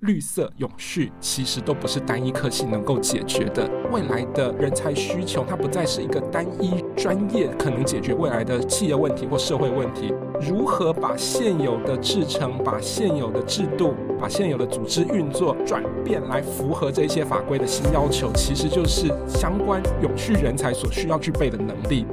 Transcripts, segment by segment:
绿色、永续其实都不是单一科系能够解决的。未来的人才需求，它不再是一个单一专业可能解决未来的企业问题或社会问题。如何把现有的制程、把现有的制度、把现有的组织运作转变来符合这些法规的新要求，其实就是相关永续人才所需要具备的能力。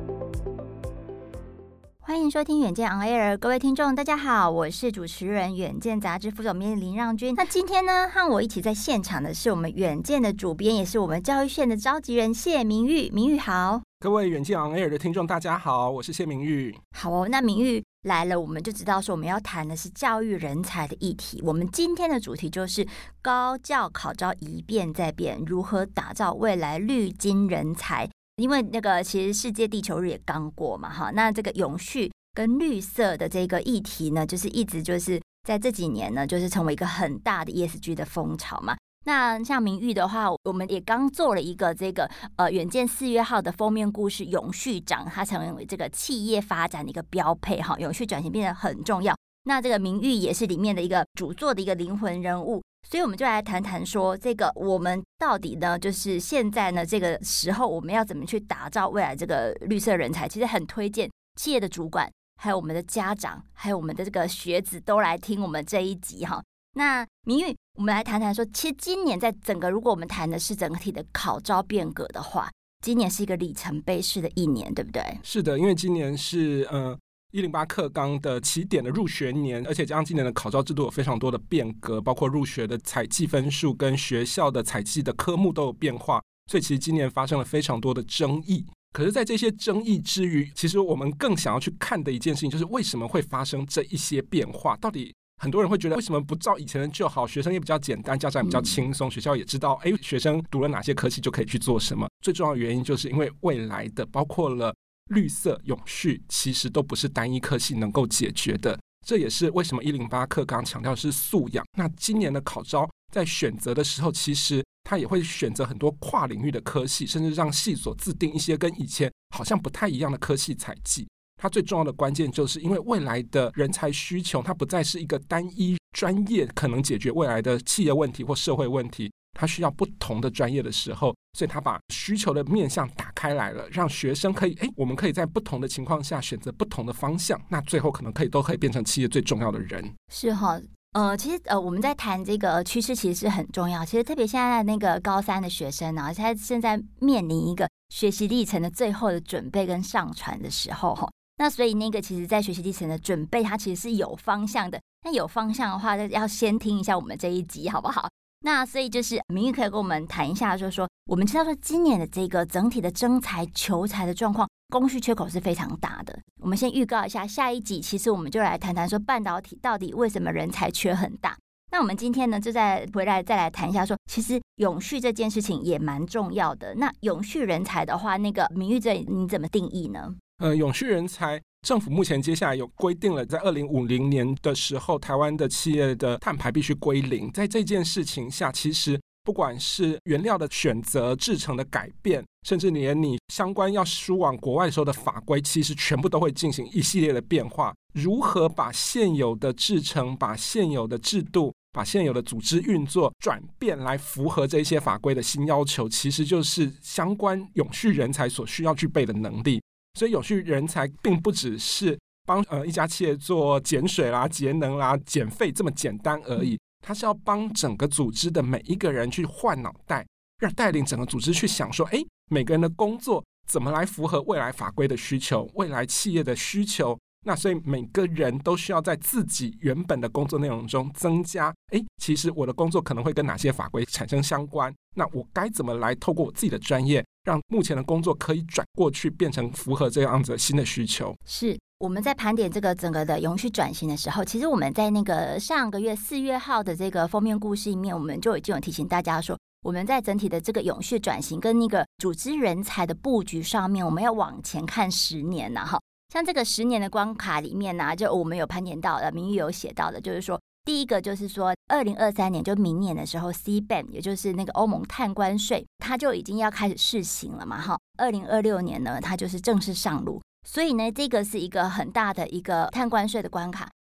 欢迎收听远见 On Air， 各位听众大家好，我是主持人远见杂志副总编辑林让均。那今天呢，和我一起在现场的是我们远见的主编，也是我们教育线的召集人谢明玉。明玉好。 各位远见 On Air 的听众大家好，我是谢明玉。 好哦，那明玉来了，我们就知道说我们要谈的是教育人才的议题。我们今天的主题就是高教考招一变再变，如何打造未来绿金人才。因为那个其实世界地球日也刚过嘛，哈，那这个永续跟绿色的这个议题呢，就是一直就是在这几年呢，就是成为一个很大的 ESG 的风潮嘛。那像明玉的话，我们也刚做了一个这个远见4月号的封面故事，永续长，它成为这个企业发展的一个标配哈，永续转型变得很重要。那这个明玉也是里面的一个主作的一个灵魂人物。所以我们就来谈谈说，这个我们到底呢，就是现在呢这个时候，我们要怎么去打造未来这个绿色人才？其实很推荐企业的主管，还有我们的家长，还有我们的这个学子都来听我们这一集哈。那明玉，我们来谈谈说，其实今年在整个，如果我们谈的是整体的考招变革的话，今年是一个里程碑式的一年，对不对？ 是的，因为今年是108课纲的起点的入学年，而且加上今年的考招制度有非常多的变革，包括入学的采计分数跟学校的采计的科目都有变化，所以其实今年发生了非常多的争议。可是在这些争议之余，其实我们更想要去看的一件事情就是为什么会发生这一些变化，到底很多人会觉得为什么不照以前的就好，学生也比较简单，家长也比较轻松，学校也知道学生读了哪些科系就可以去做什么。最重要的原因就是因为未来的包括了绿色、永续其实都不是单一科系能够解决的，这也是为什么108课纲强调的是素养。那今年的考招在选择的时候，其实他也会选择很多跨领域的科系，甚至让系所自定一些跟以前好像不太一样的科系采计。它最重要的关键就是因为未来的人才需求，它不再是一个单一专业可能解决未来的企业问题或社会问题，它需要不同的专业的时候，所以他把需求的面向打开来了，让学生可以我们可以在不同的情况下选择不同的方向，那最后可能都可以变成企业最重要的人。 是哈，其实我们在谈这个趋势其实是很重要。其实特别现在那个高3的学生啊，他现在面临一个学习历程的最后的准备跟上传的时候哈。那所以那个其实在学习历程的准备，它其实是有方向的。那有方向的话，要先听一下我们这一集好不好？那所以就是明玉可以跟我们谈一下，就是说我们知道说今年的这个整体的征才求才的状况，供需缺口是非常大的。我们先预告一下，下一集其实我们就来谈谈说半导体到底为什么人才缺很大。那我们今天呢，就回来再来谈一下说，其实永续这件事情也蛮重要的。那永续人才的话，那个明玉这你怎么定义呢？ 永续人才，政府目前接下来有规定了，在2050年的时候，台湾的企业的碳排必须归零。在这件事情下，其实不管是原料的选择、制程的改变，甚至连你相关要输往国外的时候的法规，其实全部都会进行一系列的变化。如何把现有的制程、把现有的制度、把现有的组织运作转变来符合这些法规的新要求，其实就是相关永续人才所需要具备的能力。所以永续人才并不只是帮一家企业做减水啦、节能啦、减废这么简单而已，它是要帮整个组织的每一个人去换脑袋，让带领整个组织去想说，每个人的工作怎么来符合未来法规的需求、未来企业的需求。那所以每个人都需要在自己原本的工作内容中增加，其实我的工作可能会跟哪些法规产生相关，那我该怎么来透过我自己的专业，让目前的工作可以转过去变成符合这样子的新的需求。 是我们在盘点这个整个的永续转型的时候，其实我们在那个上个月4月号的这个封面故事里面，我们就已经有提醒大家说，我们在整体的这个永续转型跟那个组织人才的布局上面，我们要往前看10年哈。像这个10年的关卡里面呢，就我们有盘点到的，明玉有写到的，就是说第一个就是说2023年就明年的时候 CBAM 也就是那个欧盟碳关税，它就已经要开始试行了嘛哈。2026年呢，它就是正式上路，所以呢这个是一个很大的一个碳关税的关卡。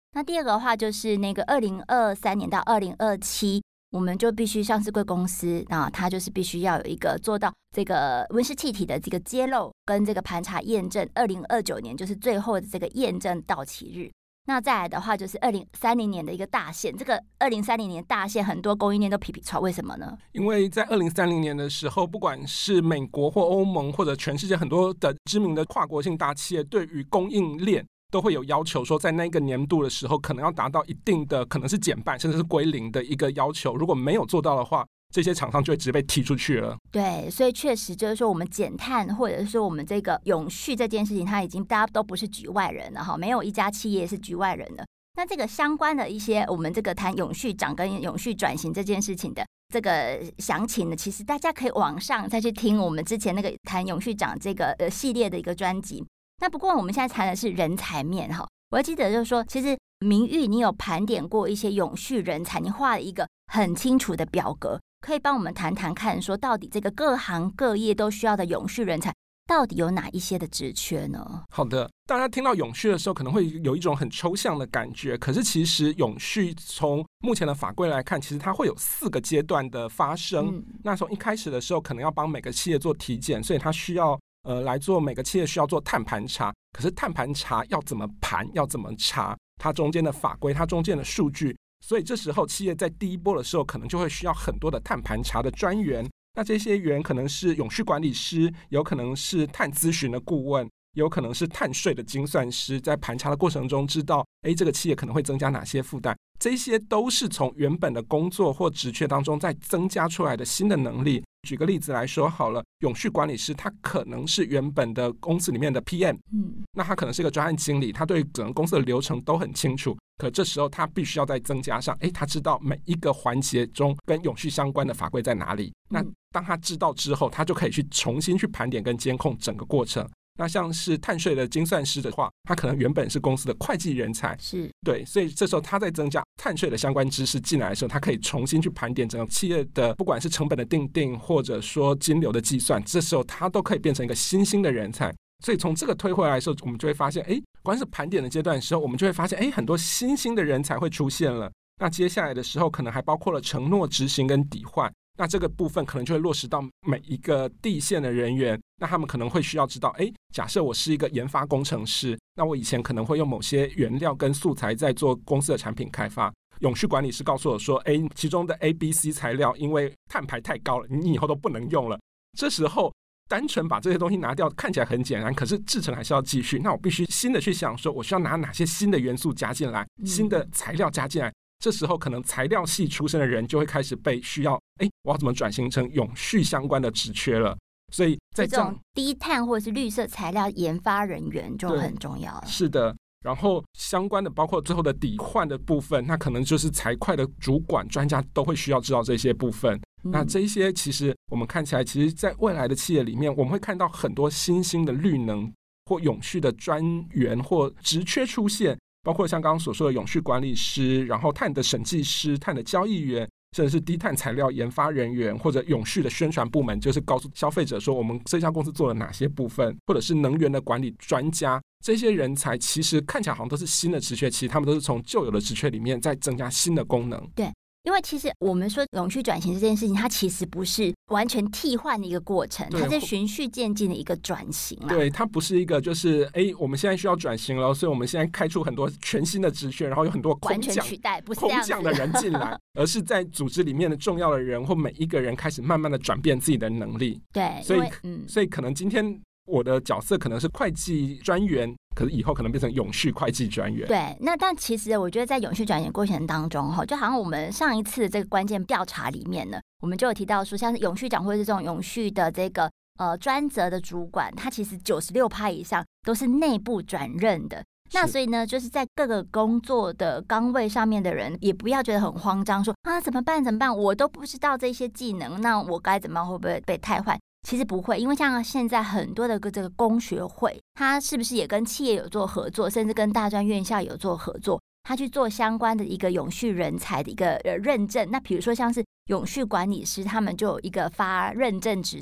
那第二个的话就是那个2023年到2027，我们就必须上市贵公司，那它就是必须要有一个做到这个温室气体的这个揭露跟这个盘查验证，2029年就是最后的这个验证到期日。那再来的话就是2030年的一个大限，这个2030年大限很多供应链都皮皮吵，为什么呢？ 因为在2030年的时候，不管是美国或欧盟或者全世界很多的知名的跨国性大企业，对于供应链都会有要求，说在那个年度的时候可能要达到一定的可能是减半甚至是归零的一个要求，如果没有做到的话，这些厂商就会直接被踢出去了。 对，所以确实就是说我们减碳或者是说我们这个永续这件事情，它已经大家都不是局外人了哈，没有一家企业是局外人了。那这个相关的一些我们这个谈永续长跟永续转型这件事情的这个详情呢，其实大家可以往上再去听我们之前那个谈永续长这个系列的一个专辑。那不过我们现在谈的是人才面哈，我还记得就是说，其实明玉你有盘点过一些永续人才，你画了一个很清楚的表格，可以帮我们谈谈看，说到底这个各行各业都需要的永续人才，到底有哪一些的职缺呢？ 好的，大家听到永续的时候可能会有一种很抽象的感觉，可是其实永续从目前的法规来看，其实它会有4个阶段的发生。那从一开始的时候可能要帮每个企业做体检，所以它需要来做，每个企业需要做碳盘查，可是碳盘查要怎么盘，要怎么查，它中间的法规，它中间的数据，所以这时候企业在第一波的时候可能就会需要很多的碳盘查的专员，那这些员可能是永续管理师，有可能是碳咨询的顾问，有可能是碳税的精算师，在盘查的过程中知道这个企业可能会增加哪些负担，这些都是从原本的工作或职缺当中再增加出来的新的能力。举个例子来说好了，永续管理师他可能是原本的公司里面的 PM，那他可能是一个专案经理，他对整个公司的流程都很清楚，可这时候他必须要再增加上他知道每一个环节中跟永续相关的法规在哪里，那当他知道之后，他就可以去重新去盘点跟监控整个过程。那像是碳税的精算师的话，他可能原本是公司的会计人才， 是对，所以这时候他在增加碳税的相关知识进来的时候，他可以重新去盘点整个企业的不管是成本的定定或者说金流的计算，这时候他都可以变成一个新兴的人才。所以从这个推回来的时候，我们就会发现光是盘点的阶段的时候，我们就会发现很多新兴的人才会出现了。那接下来的时候可能还包括了承诺执行跟抵换，那这个部分可能就会落实到每一个地线的人员，那他们可能会需要知道假设我是一个研发工程师，那我以前可能会用某些原料跟素材在做公司的产品开发，永续管理师告诉我说其中的 A、B、C 材料因为碳排太高了，你以后都不能用了。这时候单纯把这些东西拿掉看起来很简单，可是制程还是要继续，那我必须新的去想说我需要拿哪些新的元素加进来，新的材料加进来，这时候可能材料系出身的人就会开始被需要我要怎么转型成永续相关的职缺了。所以在这种低碳或者是绿色材料研发人员就很重要了。 是的，然后相关的包括最后的抵换的部分，那可能就是财会的主管专家都会需要知道这些部分。那这些其实我们看起来，其实在未来的企业里面，我们会看到很多新兴的绿能或永续的专员或职缺出现，包括像刚刚所说的永续管理师，然后碳的审计师、碳的交易员，甚至是低碳材料研发人员，或者永续的宣传部门，就是告诉消费者说我们这家公司做了哪些部分，或者是能源的管理专家，这些人才其实看起来好像都是新的职缺，其实他们都是从旧有的职缺里面再增加新的功能。 对，因为其实我们说永续转型这件事情，它其实不是完全替换的一个过程，它是循序渐进的一个转型啦。 对，它不是一个就是我们现在需要转型了，所以我们现在开出很多全新的职缺，然后有很多完全取代，不是这样子空降的人进来，而是在组织里面的重要的人或每一个人开始慢慢的转变自己的能力。 对， 所以可能今天我的角色可能是会计专员，可是以后可能变成永续会计专员。 对，那但其实我觉得在永续转型过程当中，就好像我们上一次这个关键调查里面呢，我们就有提到说，像是永续长或者是这种永续的这个专责的主管，他其实96%以上都是内部转任的。那所以呢，就是在各个工作的岗位上面的人，也不要觉得很慌张，说怎么办？我都不知道这些技能，那我该怎么办？会不会被汰换？其实不会，因为像现在很多的这个工学会，它是不是也跟企业有做合作，甚至跟大专院校有做合作，它去做相关的一个永续人才的一个认证。那比如说像是永续管理师，他们就有一个发认证执照，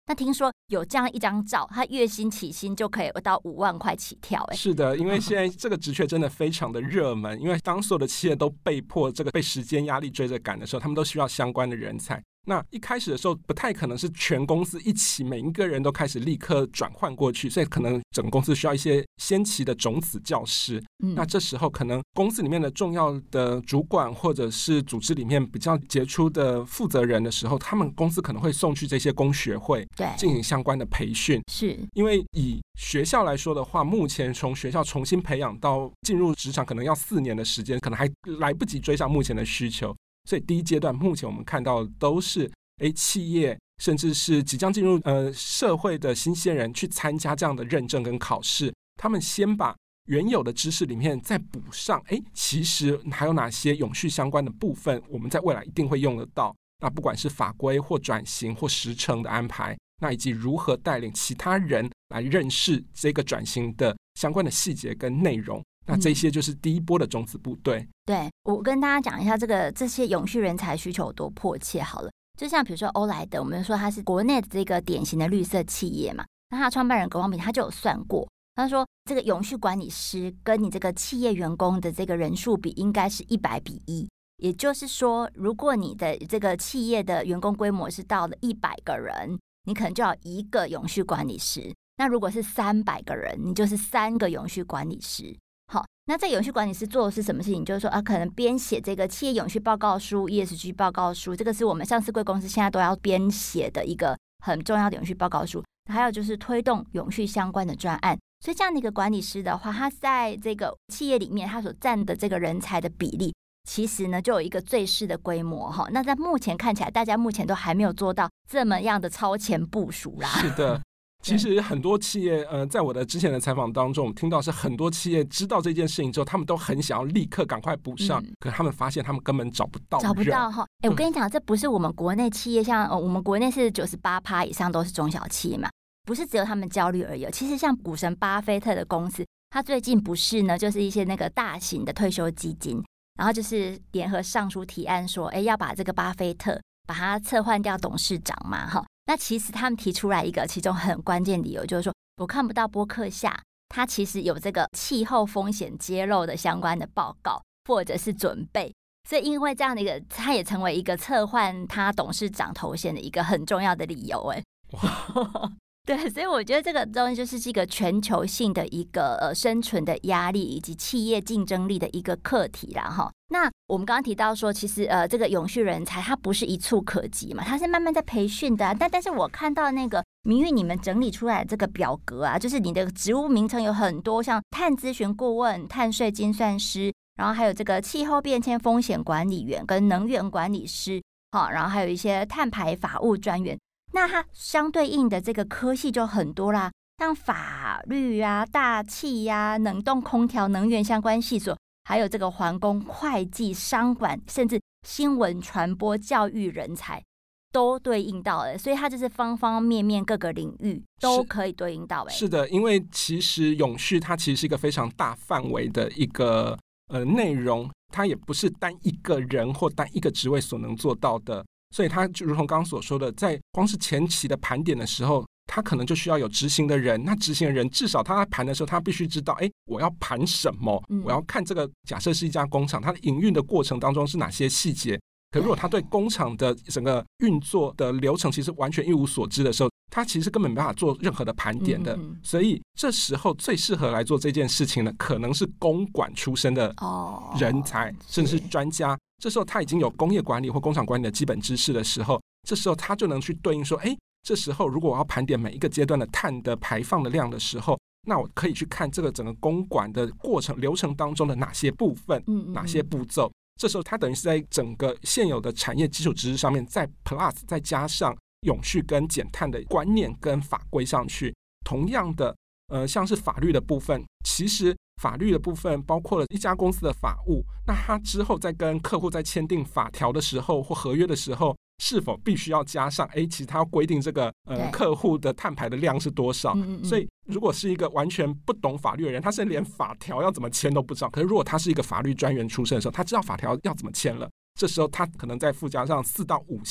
那听说有这样一张照，他月薪起薪就可以到5万块起跳。 是的，因为现在这个职缺真的非常的热门，因为当所有的企业都被迫这个被时间压力追着赶的时候，他们都需要相关的人才。那一开始的时候不太可能是全公司一起每一个人都开始立刻转换过去，所以可能整个公司需要一些先期的种子教师。那这时候可能公司里面的重要的主管或者是组织里面比较杰出的负责人的时候，他们公司可能会送去这些工学会进行相关的培训。 是因为以学校来说的话，目前从学校重新培养到进入职场可能要4年的时间，可能还来不及追上目前的需求。所以第一阶段目前我们看到的都是企业甚至是即将进入社会的新鲜人去参加这样的认证跟考试，他们先把原有的知识里面再补上其实还有哪些永续相关的部分我们在未来一定会用得到，那不管是法规或转型或时程的安排，那以及如何带领其他人来认识这个转型的相关的细节跟内容，那这些就是第一波的种子部队。 对，我跟大家讲一下这些永续人才需求有多迫切好了。就像比如说欧莱德，我们说它是国内的这个典型的绿色企业嘛，那他创办人葛光平他就有算过，他说这个永续管理师跟你这个企业员工的这个人数比应该是100:1，也就是说如果你的这个企业的员工规模是到了100个人，你可能就要1个永续管理师，那如果是300个人，你就是3个永续管理师。好，那这个永续管理师做的是什么事情？就是说可能编写这个企业永续报告书 ESG 报告书，这个是我们上市柜公司现在都要编写的一个很重要的永续报告书。还有就是推动永续相关的专案，所以这样的一个管理师的话，他在这个企业里面他所占的这个人才的比例，其实呢就有一个最适的规模哈。那在目前看起来，大家目前都还没有做到这么样的超前部署啦。 是的。其实很多企业在我的之前的采访当中，我们听到是很多企业知道这件事情之后，他们都很想要立刻赶快补上，可是他们发现他们根本找不到哈。我跟你讲，这不是我们国内企业，像我们国内是98%以上都是中小企业嘛，不是只有他们焦虑而已。其实像股神巴菲特的公司，他最近不是呢，就是一些那个大型的退休基金，然后就是联合上书提案说，要把这个巴菲特把他撤换掉董事长嘛，哈。那其实他们提出来一个其中很关键理由，就是说我看不到波克夏他其实有这个气候风险揭露的相关的报告或者是准备，所以因为这样的一个，他也成为一个撤换他董事长头衔的一个很重要的理由。对，所以我觉得这个东西就是一个全球性的一个生存的压力以及企业竞争力的一个课题啦哈。那我们刚刚提到说，其实这个永续人才它不是一触可及嘛，它是慢慢在培训的但是我看到那个明玉你们整理出来的这个表格啊，就是你的职务名称有很多，像碳咨询顾问、碳税精算师，然后还有这个气候变迁风险管理员跟能源管理师，然后还有一些碳排法务专员。那它相对应的这个科系就很多啦，像法律啊、大气啊、冷冻空调、能源相关系所，还有这个环工、会计、商管，甚至新闻传播、教育人才都对应到了，所以它就是方方面面各个领域都可以对应到。 是的，因为其实永续它其实是一个非常大范围的一个内容，它也不是单一个人或单一个职位所能做到的。所以他就如同刚刚所说的，在光是前期的盘点的时候，他可能就需要有执行的人。那执行的人至少他在盘的时候，他必须知道我要盘什么，我要看这个假设是一家工厂，它的营运的过程当中是哪些细节。可如果他对工厂的整个运作的流程其实完全一无所知的时候，他其实根本没办法做任何的盘点的。所以这时候最适合来做这件事情的可能是公管出身的人才，甚至是专家。这时候他已经有工业管理或工厂管理的基本知识的时候，这时候他就能去对应说，这时候如果我要盘点每一个阶段的碳的排放的量的时候，那我可以去看这个整个公管的过程流程当中的哪些部分，哪些步骤。这时候它等于是在整个现有的产业基础知识上面再 plus 再加上永续跟减碳的观念跟法规上去。同样的像是法律的部分，其实法律的部分包括了一家公司的法务，那他之后在跟客户在签订法条的时候或合约的时候，是否必须要加上其实他要规定这个客户的碳排的量是多少。所以如果是一个完全不懂法律的人，他甚至连法条要怎么签都不知道。可是如果他是一个法律专员出身的时候，他知道法条要怎么签了，这时候他可能再附加上4到5项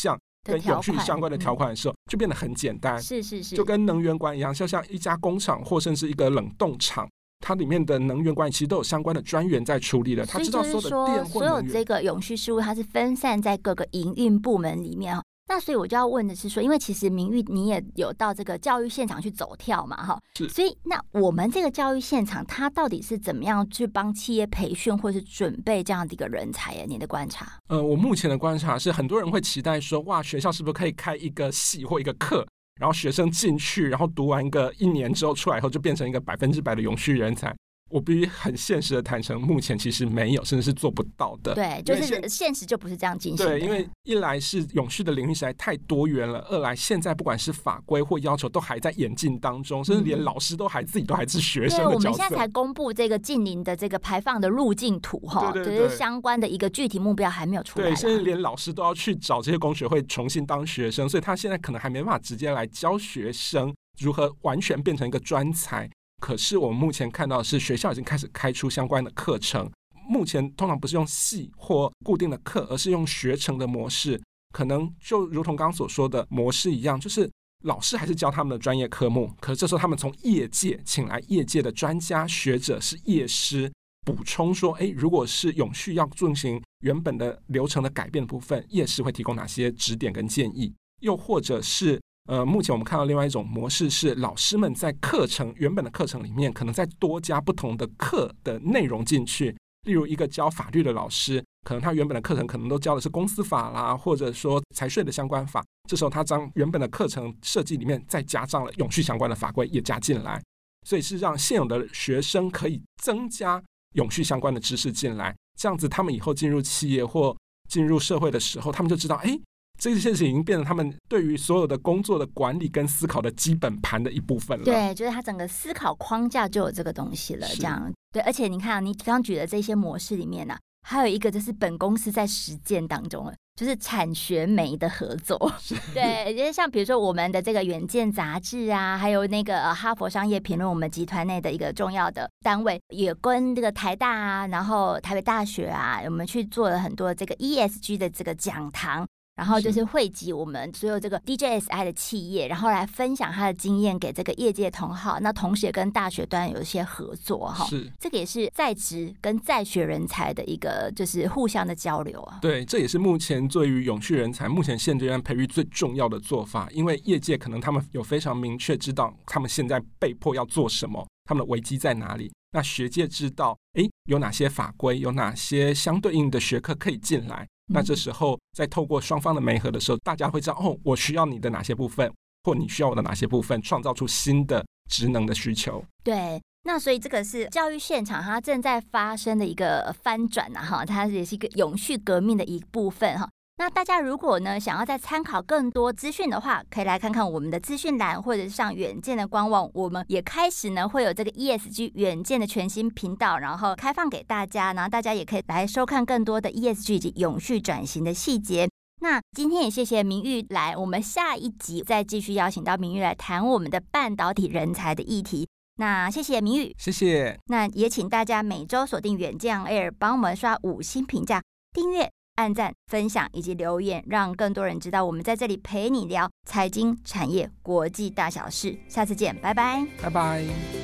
跟永续相关的条款的时候，就变得很简单。 是， 就跟能源管理一样，像一家工厂或甚至一个冷冻厂，它里面的能源管理其实都有相关的专员在处理的，他知道所有的电或能源。 所有这个永续事务它是分散在各个营运部门里面。那所以我就要问的是说，因为其实明玉你也有到这个教育现场去走跳嘛，所以那我们这个教育现场它到底是怎么样去帮企业培训或是准备这样的一个人才呀？你的观察？ 我目前的观察是，很多人会期待说，哇，学校是不是可以开一个系或一个课，然后学生进去，然后读完1年之后出来以后就变成一个100%的永续人才。我必须很现实的坦诚，目前其实没有，甚至是做不到的。 对，就是现实就不是这样进行的。 对，因为一来是永续的领域实在太多元了，二来现在不管是法规或要求都还在演进当中，甚至连老师自己都还是学生的角色。 对，我们现在才公布这个近邻的这个排放的路径图就是相关的一个具体目标还没有出来。 对，甚至连老师都要去找这些工学会重新当学生，所以他现在可能还没办法直接来教学生如何完全变成一个专才。可是我们目前看到的是，学校已经开始开出相关的课程，目前通常不是用系或固定的课，而是用学程的模式，可能就如同刚刚所说的模式一样，就是老师还是教他们的专业科目，可是这时候他们从业界请来业界的专家学者，是业师，补充说，如果是永续要进行原本的流程的改变的部分，业师会提供哪些指点跟建议，又或者是目前我们看到另外一种模式是，老师们在原本的课程里面，可能再多加不同的课的内容进去。例如一个教法律的老师，可能他原本的课程可能都教的是公司法啦，或者说财税的相关法，这时候他将原本的课程设计里面再加上了永续相关的法规也加进来，所以是让现有的学生可以增加永续相关的知识进来，这样子他们以后进入企业或进入社会的时候，他们就知道这件事情已经变成他们对于所有的工作的管理跟思考的基本盘的一部分了。 对，就是他整个思考框架就有这个东西了，这样。对，而且你看你刚刚举的这些模式里面呢，还有一个就是本公司在实践当中了，就是产学媒的合作。对，就是像比如说我们的这个远见杂志啊，还有那个哈佛商业评论，我们集团内的一个重要的单位，也跟这个台大啊，然后台北大学啊，我们去做了很多这个 ESG 的这个讲堂。然后就是汇集我们所有这个 DJSI 的企业，然后来分享他的经验给这个业界同好，那同时也跟大学端有一些合作是， 这个也是在职跟在学人才的一个就是互相的交流啊。 对，这也是目前对于永续人才目前现阶段培育最重要的做法，因为业界可能他们有非常明确知道他们现在被迫要做什么，他们的危机在哪里，那学界知道有哪些法规，有哪些相对应的学科可以进来，那这时候在透过双方的媒合的时候，大家会知道我需要你的哪些部分，或你需要我的哪些部分，创造出新的职能的需求。 对，那所以这个是教育现场它正在发生的一个翻转它也是一个永续革命的一部分那大家如果呢想要再参考更多资讯的话，可以来看看我们的资讯栏，或者是上远见的官网，我们也开始呢会有这个 ESG 远见的全新频道，然后开放给大家，然后大家也可以来收看更多的 ESG 以及永续转型的细节。那今天也谢谢明玉来，我们下一集再继续邀请到明玉来谈我们的半导体人才的议题。那谢谢明玉， 谢谢。 那也请大家每周锁定远见 Air， 帮我们刷5星评价、订阅、按赞、分享以及留言，让更多人知道我们在这里陪你聊财经、产业、国际大小事。下次见，拜拜， 拜拜。